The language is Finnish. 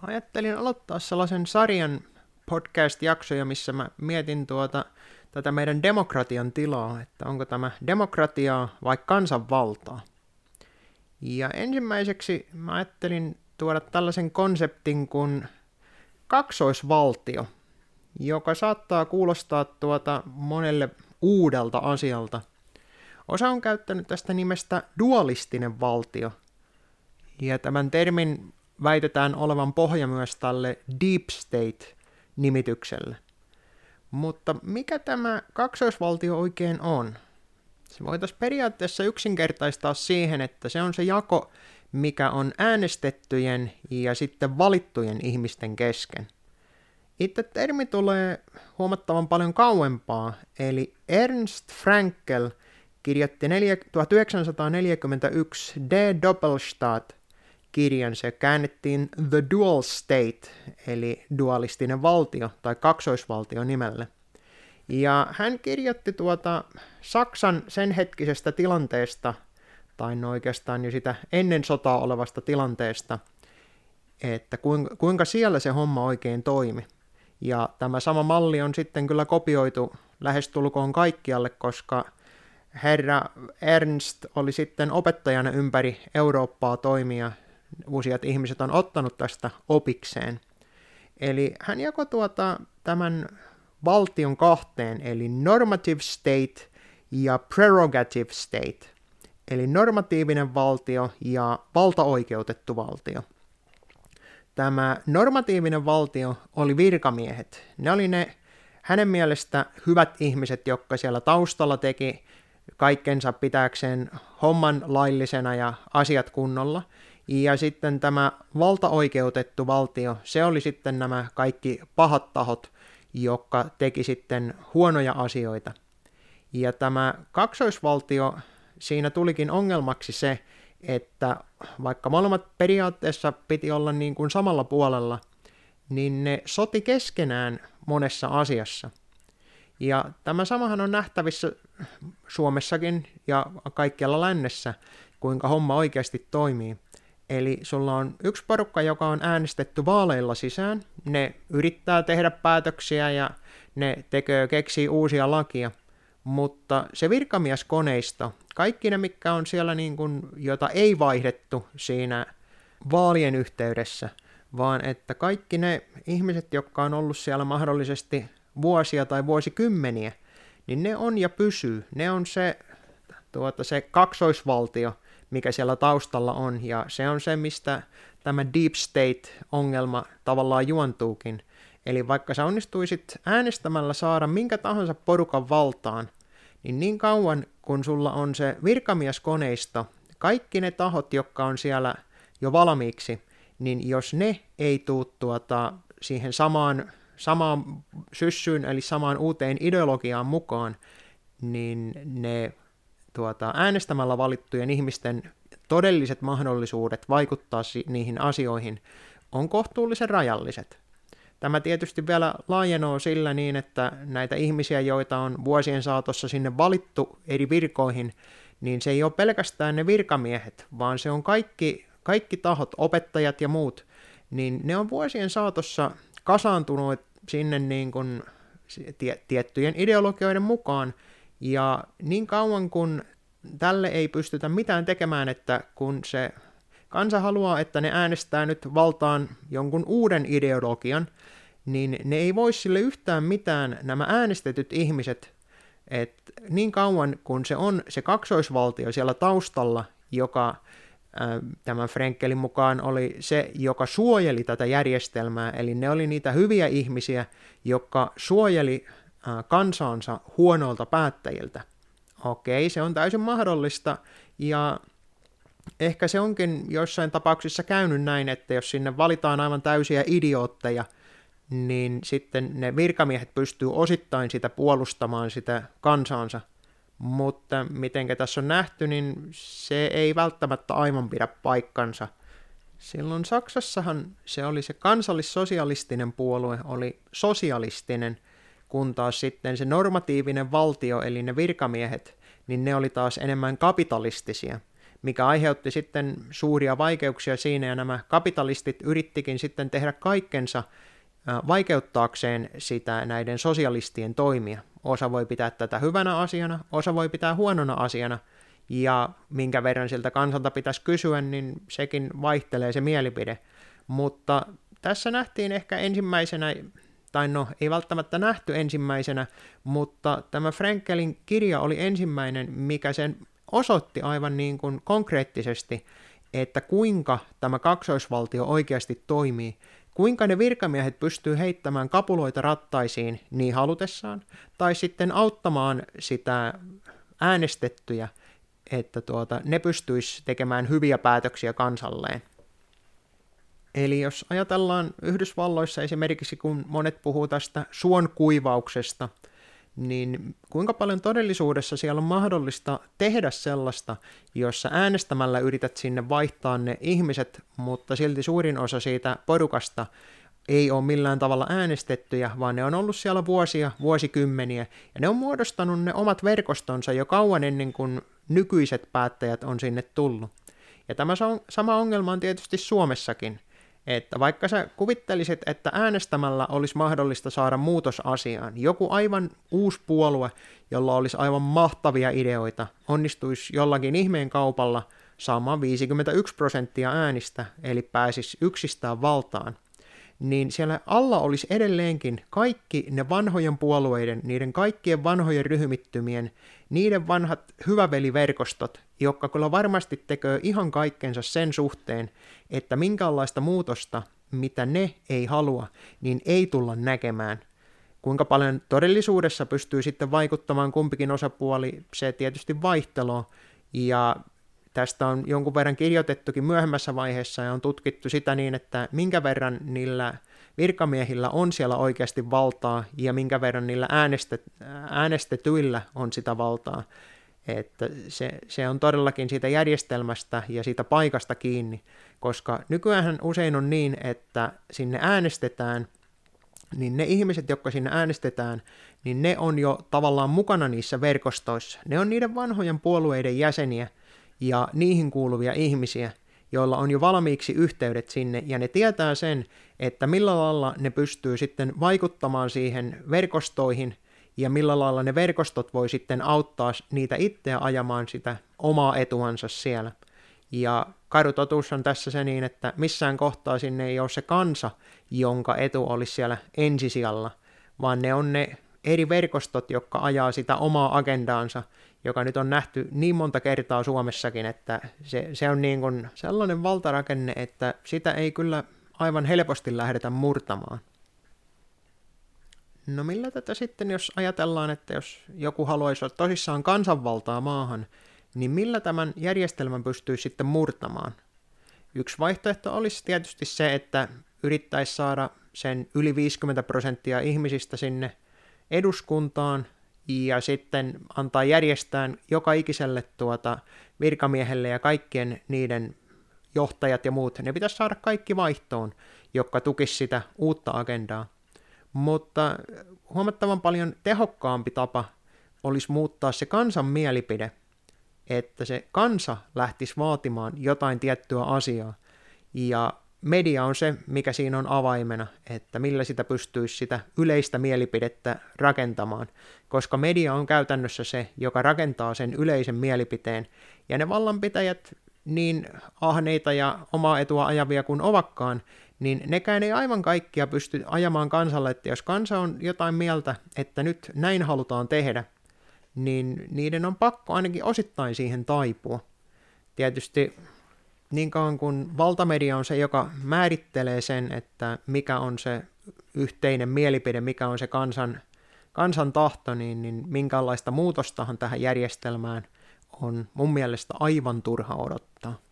Ajattelin aloittaa sellaisen sarjan podcast-jaksoja, missä mä mietin tätä meidän demokratian tilaa, että onko tämä demokratiaa vai kansanvaltaa. Ja ensimmäiseksi mä ajattelin tuoda tällaisen konseptin kuin kaksoisvaltio, joka saattaa kuulostaa monelle uudelta asialta. Osa on käyttänyt tästä nimestä dualistinen valtio, ja tämän termin väitetään olevan pohja myös tälle deep state-nimitykselle. Mutta mikä tämä kaksoisvaltio oikein on? Se voitaisiin periaatteessa yksinkertaistaa siihen, että se on se jako, mikä on äänestettyjen ja sitten valittujen ihmisten kesken. Itse termi tulee huomattavan paljon kauempaa, eli Ernst Fraenkel kirjoitti 1941 Der Doppelstaat -kirjan. Se käännettiin The Dual State, eli dualistinen valtio tai kaksoisvaltio nimelle. Ja hän kirjoitti Saksan sen hetkisestä tilanteesta, tai oikeastaan jo sitä ennen sotaa olevasta tilanteesta, että kuinka siellä se homma oikein toimi. Ja tämä sama malli on sitten kyllä kopioitu lähestulkoon kaikkialle, koska herra Ernst oli sitten opettajana ympäri Eurooppaa toimia. Useat ihmiset on ottanut tästä opikseen. Eli hän jakoi tämän valtion kahteen, eli normative state ja prerogative state, eli normatiivinen valtio ja valtaoikeutettu valtio. Tämä normatiivinen valtio oli virkamiehet. Ne oli ne hänen mielestä hyvät ihmiset, jotka siellä taustalla teki kaikkensa pitääkseen homman laillisena ja asiat kunnolla. Ja sitten tämä valtaoikeutettu valtio, se oli sitten nämä kaikki pahat tahot, jotka teki sitten huonoja asioita. Ja tämä kaksoisvaltio, siinä tulikin ongelmaksi se, että vaikka molemmat periaatteessa piti olla niin kuin samalla puolella, niin ne soti keskenään monessa asiassa. Ja tämä samahan on nähtävissä Suomessakin ja kaikkialla lännessä, kuinka homma oikeasti toimii. Eli sulla on yksi porukka, joka on äänestetty vaaleilla sisään, ne yrittää tehdä päätöksiä ja ne keksii uusia lakia, mutta se virkamieskoneisto, kaikki ne, mitkä on siellä niin kuin, jota ei vaihdettu siinä vaalien yhteydessä, vaan että kaikki ne ihmiset, jotka on ollut siellä mahdollisesti vuosia tai vuosikymmeniä, niin ne on ja pysyy. Ne on se kaksoisvaltio, mikä siellä taustalla on, ja se on se, mistä tämä deep state-ongelma tavallaan juontuukin. Eli vaikka sä onnistuisit äänestämällä saada minkä tahansa porukan valtaan, niin kauan kun sulla on se virkamieskoneisto, kaikki ne tahot, jotka on siellä jo valmiiksi, niin jos ne ei tuu siihen samaan syssyyn, eli samaan uuteen ideologiaan mukaan, niin ne äänestämällä valittujen ihmisten todelliset mahdollisuudet vaikuttaa niihin asioihin on kohtuullisen rajalliset. Tämä tietysti vielä laajenoo sillä niin, että näitä ihmisiä, joita on vuosien saatossa sinne valittu eri virkoihin, niin se ei ole pelkästään ne virkamiehet, vaan se on kaikki tahot, opettajat ja muut, niin ne on vuosien saatossa kasaantunut sinne niin kuin tiettyjen ideologioiden mukaan, ja niin kauan kun tälle ei pystytä mitään tekemään, että kun se kansa haluaa, että ne äänestää nyt valtaan jonkun uuden ideologian, niin ne ei voi sille yhtään mitään nämä äänestetyt ihmiset, että niin kauan kun se on se kaksoisvaltio siellä taustalla, joka tämän Fraenkelin mukaan oli se, joka suojeli tätä järjestelmää, eli ne oli niitä hyviä ihmisiä, jotka suojeli kansansa huonoilta päättäjiltä. Okei, se on täysin mahdollista, ja ehkä se onkin joissain tapauksissa käynyt näin, että jos sinne valitaan aivan täysiä idiootteja, niin sitten ne virkamiehet pystyy osittain sitä puolustamaan sitä kansansa. Mutta mitenkä tässä on nähty, niin se ei välttämättä aivan pidä paikkansa. Silloin Saksassahan se oli se kansallissosialistinen puolue, oli sosialistinen, kun taas sitten se normatiivinen valtio, eli ne virkamiehet, niin ne oli taas enemmän kapitalistisia. mikä aiheutti sitten suuria vaikeuksia siinä, ja nämä kapitalistit yrittikin sitten tehdä kaikkensa vaikeuttaakseen sitä näiden sosialistien toimia. Osa voi pitää tätä hyvänä asiana, osa voi pitää huonona asiana, ja minkä verran siltä kansalta pitäisi kysyä, niin sekin vaihtelee se mielipide. Mutta tässä nähtiin ehkä ensimmäisenä, tai no ei välttämättä nähty ensimmäisenä, mutta tämä Frankelin kirja oli ensimmäinen, mikä sen osoitti aivan niin kuin konkreettisesti, että kuinka tämä kaksoisvaltio oikeasti toimii, kuinka ne virkamiehet pystyy heittämään kapuloita rattaisiin niin halutessaan, tai sitten auttamaan sitä äänestettyjä, että ne pystyisi tekemään hyviä päätöksiä kansalleen. Eli jos ajatellaan Yhdysvalloissa esimerkiksi, kun monet puhuu tästä suonkuivauksesta, niin kuinka paljon todellisuudessa siellä on mahdollista tehdä sellaista, jossa äänestämällä yrität sinne vaihtaa ne ihmiset, mutta silti suurin osa siitä porukasta ei ole millään tavalla äänestettyjä, vaan ne on ollut siellä vuosia, vuosikymmeniä, ja ne on muodostanut ne omat verkostonsa jo kauan ennen kuin nykyiset päättäjät on sinne tullut. Ja tämä sama ongelma on tietysti Suomessakin, että vaikka sä kuvittelisit, että äänestämällä olisi mahdollista saada muutos asiaan, joku aivan uusi puolue, jolla olisi aivan mahtavia ideoita, onnistuisi jollakin ihmeen kaupalla saamaan 51% äänistä, eli pääsisi yksistään valtaan, niin siellä alla olisi edelleenkin kaikki ne vanhojen puolueiden, niiden kaikkien vanhojen ryhmittymien, niiden vanhat hyväveliverkostot, jotka kyllä varmasti tekee ihan kaikkensa sen suhteen, että minkäänlaista muutosta, mitä ne ei halua, niin ei tulla näkemään. Kuinka paljon todellisuudessa pystyy sitten vaikuttamaan kumpikin osapuoli, se tietysti vaihteloo, ja tästä on jonkun verran kirjoitettukin myöhemmässä vaiheessa ja on tutkittu sitä niin, että minkä verran niillä virkamiehillä on siellä oikeasti valtaa ja minkä verran niillä äänestetyillä on sitä valtaa. Että se on todellakin siitä järjestelmästä ja siitä paikasta kiinni, koska nykyään usein on niin, että sinne äänestetään, niin ne ihmiset, jotka sinne äänestetään, niin ne on jo tavallaan mukana niissä verkostoissa. Ne on niiden vanhojen puolueiden jäseniä, ja niihin kuuluvia ihmisiä, joilla on jo valmiiksi yhteydet sinne, ja ne tietää sen, että millä lailla ne pystyy sitten vaikuttamaan siihen verkostoihin, ja millä lailla ne verkostot voi sitten auttaa niitä itseä ajamaan sitä omaa etuansa siellä. Ja karu totuus on tässä se niin, että missään kohtaa sinne ei ole se kansa, jonka etu olisi siellä ensisijalla, vaan ne on ne eri verkostot, jotka ajaa sitä omaa agendaansa, joka nyt on nähty niin monta kertaa Suomessakin, että se on niin kuin sellainen valtarakenne, että sitä ei kyllä aivan helposti lähdetä murtamaan. No millä tätä sitten, jos ajatellaan, että jos joku haluaisi olla tosissaan kansanvaltaa maahan, niin millä tämän järjestelmän pystyy sitten murtamaan? Yksi vaihtoehto olisi tietysti se, että yrittäisi saada sen yli 50% ihmisistä sinne eduskuntaan, ja sitten antaa järjestään joka ikiselle virkamiehelle ja kaikkien niiden johtajat ja muut. Ne pitäisi saada kaikki vaihtoon, jotka tukisi sitä uutta agendaa. Mutta huomattavan paljon tehokkaampi tapa olisi muuttaa se kansan mielipide, että se kansa lähtisi vaatimaan jotain tiettyä asiaa. Ja media on se, mikä siinä on avaimena, että millä sitä pystyisi sitä yleistä mielipidettä rakentamaan, koska media on käytännössä se, joka rakentaa sen yleisen mielipiteen, ja ne vallanpitäjät, niin ahneita ja omaa etua ajavia kuin ovatkaan, niin nekään ei aivan kaikkia pysty ajamaan kansalle, että jos kansa on jotain mieltä, että nyt näin halutaan tehdä, niin niiden on pakko ainakin osittain siihen taipua. Tietysti niin kauan kuin valtamedia on se, joka määrittelee sen, että mikä on se yhteinen mielipide, mikä on se kansan tahto, niin minkäänlaista muutostahan tähän järjestelmään on mun mielestä aivan turha odottaa.